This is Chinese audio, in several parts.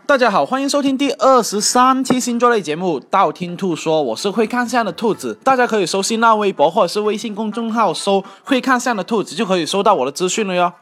大家好，欢迎收听第23期星座类节目《道听途说》，我是会看相的兔子。大家可以搜新浪微博或者是微信公众号搜会看相的兔子，就可以收到我的资讯了哟。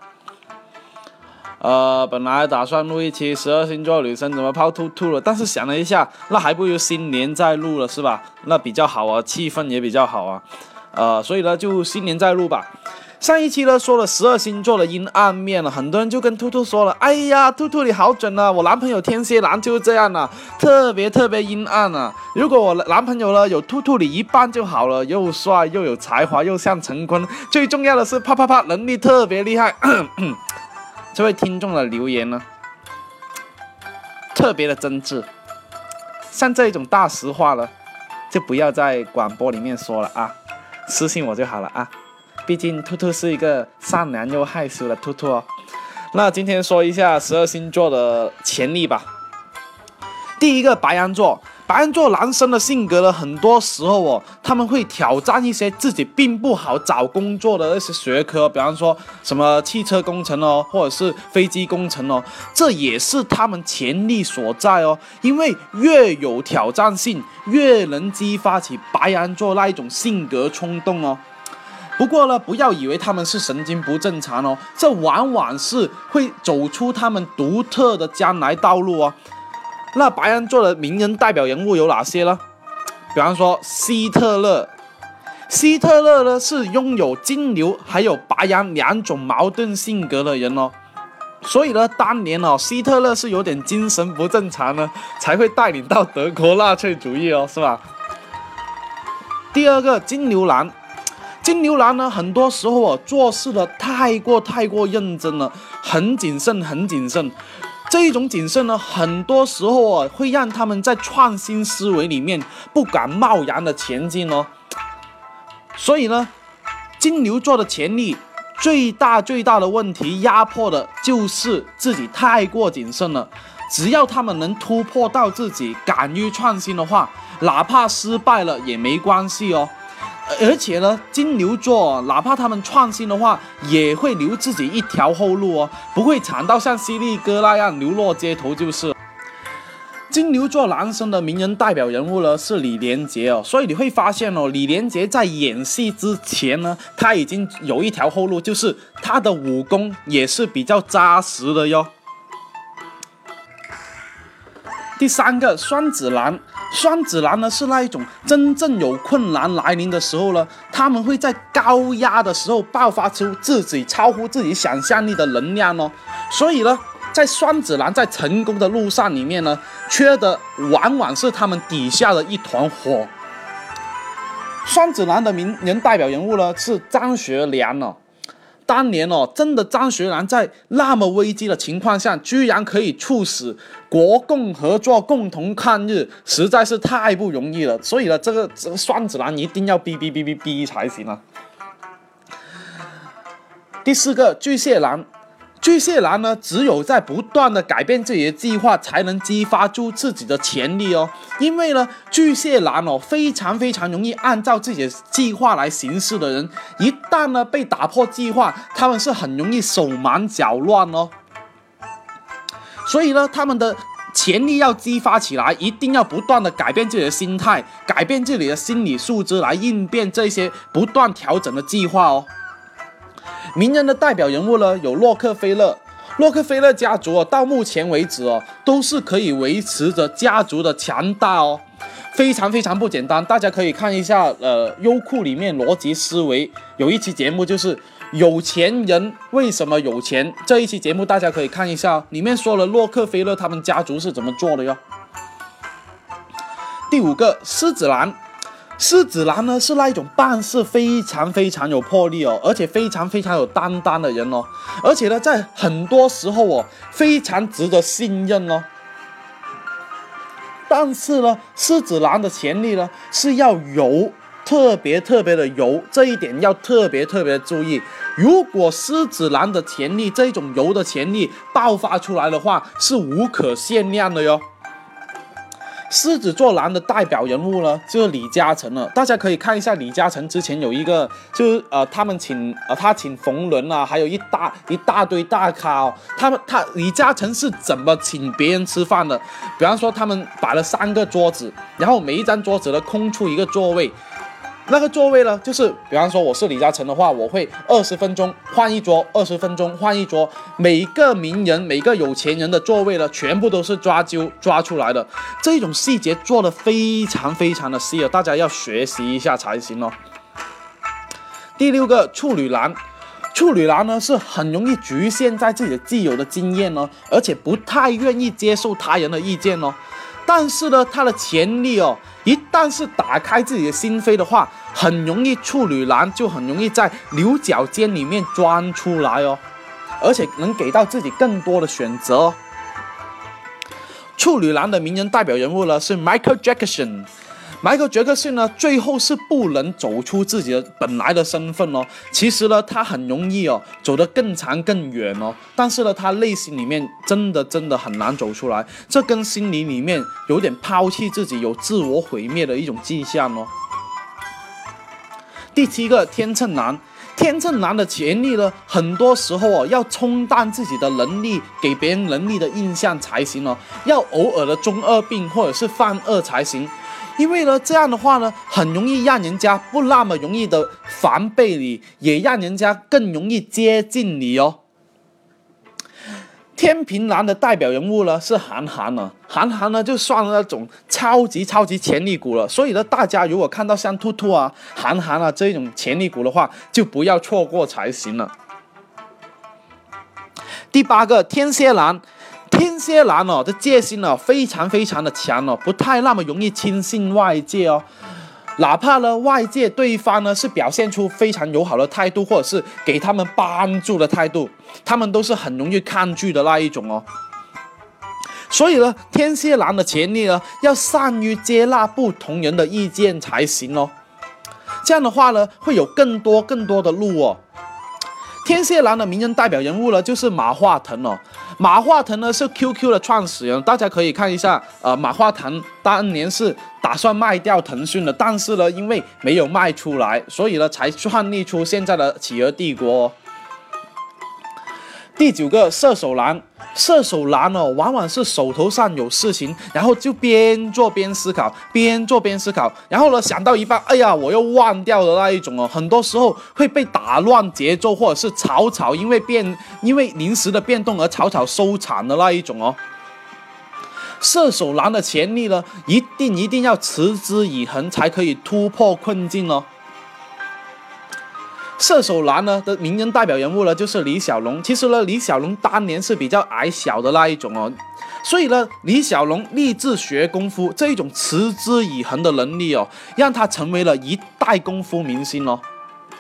本来打算录一期12星座女生怎么泡兔兔了，但是想了一下，那还不如新年再录了，是吧？那比较好啊，气氛也比较好啊。所以呢，就新年再录吧。上一期呢说了12星座的阴暗面了，很多人就跟兔兔说了，哎呀，兔兔你好准啊，我男朋友天蝎男就是这样啊，特别阴暗啊。如果我男朋友呢有兔兔你一半就好了，又帅又有才华又像陈坤，最重要的是啪啪啪能力特别厉害。这位听众的留言呢，特别的真挚，像这种大实话呢，就不要在广播里面说了啊，私信我就好了啊。毕竟兔兔是一个善良又害羞的兔兔哦。那今天说一下12星座的潜力吧。第一个白羊座，白羊座男生的性格呢，很多时候他们会挑战一些自己并不好找工作的那些学科，比方说什么汽车工程或者是飞机工程这也是他们潜力所在因为越有挑战性，越能激发起白羊座那一种性格冲动不过呢，不要以为他们是神经不正常这往往是会走出他们独特的将来道路那白羊座的名人代表人物有哪些呢？比方说希特勒。希特勒呢是拥有金牛还有白羊两种矛盾性格的人所以呢，当年希特勒是有点精神不正常呢，才会带领到德国纳粹主义是吧？第二个金牛男。金牛男呢，很多时候做事的太过认真了，很谨慎。这一种谨慎呢，很多时候会让他们在创新思维里面不敢贸然的前进所以呢，金牛座的潜力最大的问题压迫的就是自己太过谨慎了。只要他们能突破到自己敢于创新的话，哪怕失败了也没关系而且呢，金牛座哪怕他们创新的话，也会留自己一条后路不会惨到像犀利哥那样流落街头就是。金牛座男生的名人代表人物呢是李连杰所以你会发现李连杰在演戏之前呢，他已经有一条后路，就是他的武功也是比较扎实的哟。第三个双子男。双子男呢是那一种真正有困难来临的时候呢，他们会在高压的时候爆发出自己超乎自己想象力的能量所以呢，在双子男在成功的路上里面呢，缺的往往是他们底下的一团火。双子男的名人代表人物呢是张学良当年真的张学良在那么危机的情况下，居然可以促使国共合作共同抗日，实在是太不容易了。所以呢，这个双子男一定要逼才行第四个巨蟹男。巨蟹男呢，只有在不断的改变自己的计划，才能激发出自己的潜力因为呢，巨蟹男非常容易按照自己的计划来行事的人，一旦呢被打破计划，他们是很容易手忙脚乱所以呢，他们的潜力要激发起来，一定要不断的改变自己的心态，改变自己的心理素质，来应变这些不断调整的计划名人的代表人物呢有洛克菲勒。洛克菲勒家族到目前为止都是可以维持着家族的强大非常不简单。大家可以看一下优酷里面逻辑思维有一期节目，就是有钱人为什么有钱，这一期节目大家可以看一下里面说了洛克菲勒他们家族是怎么做的哟。第五个狮子男。狮子男呢是那一种办事非常有魄力而且非常有担当的人而且呢在很多时候非常值得信任但是呢，狮子男的潜力呢是要油，特别的油，这一点要特别的注意。如果狮子男的潜力，这一种油的潜力爆发出来的话，是无可限量的哟。 狮子座男的代表人物呢，就是李嘉诚了。大家可以看一下李嘉诚之前有一个，就是他请冯仑啊，还有一大堆大咖哦。李嘉诚是怎么请别人吃饭的？比方说他们摆了3个桌子，然后每一张桌子呢空出一个座位。那个座位呢，就是比方说我是李嘉诚的话，我会20分钟换一桌，20分钟换一桌，每个名人、每个有钱人的座位呢，全部都是抓出来的。这一种细节做得非常非常的细，大家要学习一下才行哦。第6个，处女男。处女男呢是很容易局限在自己的既有的经验哦，而且不太愿意接受他人的意见哦。但是呢，他的潜力哦，一旦是打开自己的心扉的话，很容易处女男就很容易在牛角尖里面钻出来哦，而且能给到自己更多的选择哦。处女男的名人代表人物呢是 Michael Jackson。Michael Jackson 呢，最后是不能走出自己的本来的身份哦。其实呢，他很容易哦，走得更长更远哦。但是呢，他内心里面真的很难走出来，这跟心理里面有点抛弃自己、有自我毁灭的一种迹象哦。第7个，天秤男。天秤男的潜力呢，很多时候哦，要冲淡自己的能力，给别人能力的印象才行哦。要偶尔的中二病或者是犯恶才行。因为呢，这样的话呢，很容易让人家不那么容易的防备你，也让人家更容易接近你哦。天平男的代表人物呢是韩寒了，韩寒呢就算那种超级潜力股了，所以呢，大家如果看到像兔兔啊、韩寒啊这种潜力股的话，就不要错过才行了。第8个，天蝎男。天蝎男哦的戒心哦非常的强哦，不太那么容易轻信外界哦。哪怕呢外界对方呢是表现出非常友好的态度，或者是给他们帮助的态度，他们都是很容易抗拒的那一种哦。所以呢，天蝎男的潜力呢，要善于接纳不同人的意见才行哦。这样的话呢，会有更多的路哦。天蝎男的名人代表人物呢，就是马化腾哦。马化腾呢是 QQ 的创始人，大家可以看一下，马化腾当年是打算卖掉腾讯的，但是呢，因为没有卖出来，所以呢才创立出现在的企鹅帝国哦。第9个，射手男。射手男哦，往往是手头上有事情，然后就边做边思考，然后呢想到一半，哎呀，我又忘掉的那一种哦。很多时候会被打乱节奏，或者是草因为临时的变动而草收场的那一种哦。射手男的潜力呢，一定要持之以恒，才可以突破困境哦。射手男呢的名人代表人物呢就是李小龙。其实呢，李小龙当年是比较矮小的那一种哦，所以呢，李小龙立志学功夫，这一种持之以恒的能力哦，让他成为了一代功夫明星哦。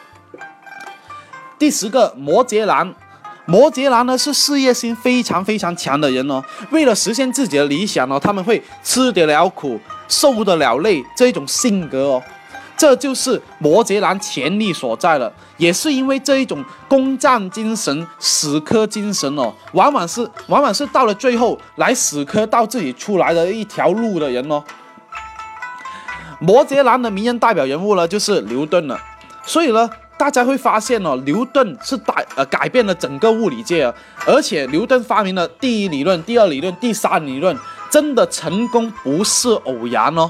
第10个，摩羯男。摩羯男呢是事业心非常强的人哦，为了实现自己的理想哦，他们会吃得了苦，受得了累，这一种性格哦。这就是摩羯男潜力所在了，也是因为这一种攻占精神、死磕精神哦，往往是到了最后来死磕到自己出来的一条路的人哦。摩羯男的名人代表人物呢就是牛顿了，所以呢，大家会发现哦，牛顿是改变了整个物理界啊，而且牛顿发明了第一理论、第二理论、第三理论，真的成功不是偶然哦。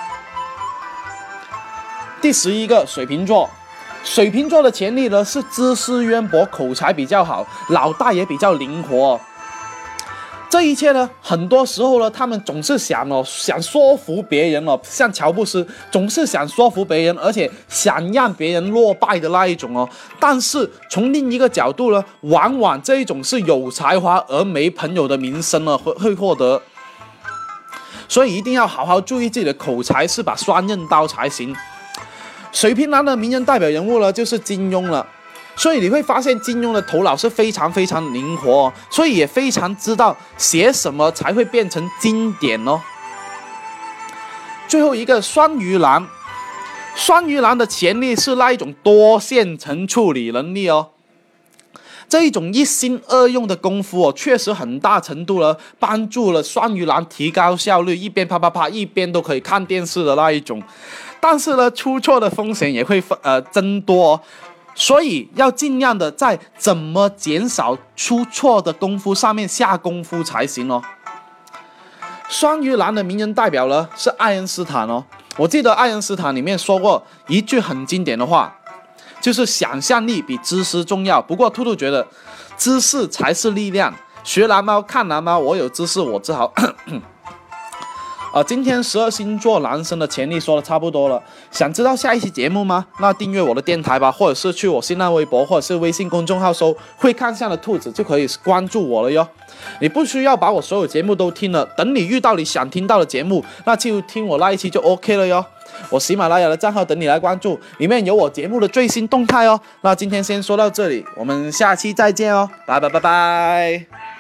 第11个，水瓶座。水瓶座的潜力呢是知识渊博，口才比较好，脑袋也比较灵活哦。这一切呢，很多时候呢，他们总是想说服别人哦，像乔布斯总是想说服别人，而且想让别人落败的那一种哦。但是从另一个角度呢，往往这一种是有才华而没朋友的名声呢，会获得。所以一定要好好注意自己的口才，是把双刃刀才行。水瓶男的名人代表人物呢，就是金庸了。所以你会发现金庸的头脑是非常灵活哦，所以也非常知道写什么才会变成经典哦。最后一个，双鱼男。双鱼男的潜力是那一种多线程处理能力哦。 这一种一心二用的功夫哦，确实很大程度了帮助了双鱼男提高效率，一边啪啪啪，一边都可以看电视的那一种。但是呢，出错的风险也会增多哦，所以要尽量的在怎么减少出错的功夫上面下功夫才行哦。双鱼男的名人代表呢是爱因斯坦哦，我记得爱因斯坦里面说过一句很经典的话，就是想象力比知识重要。不过兔兔觉得知识才是力量，学蓝猫看蓝猫，我有知识我自豪。今天12星座男生的潜力说的差不多了，想知道下一期节目吗？那订阅我的电台吧，或者是去我新浪微博或者是微信公众号搜会看相的兔子就可以关注我了哟。你不需要把我所有节目都听了，等你遇到你想听到的节目，那就听我那一期就 OK 了哟。我喜马拉雅的账号等你来关注，里面有我节目的最新动态哦。那今天先说到这里，我们下期再见哦，拜拜拜拜。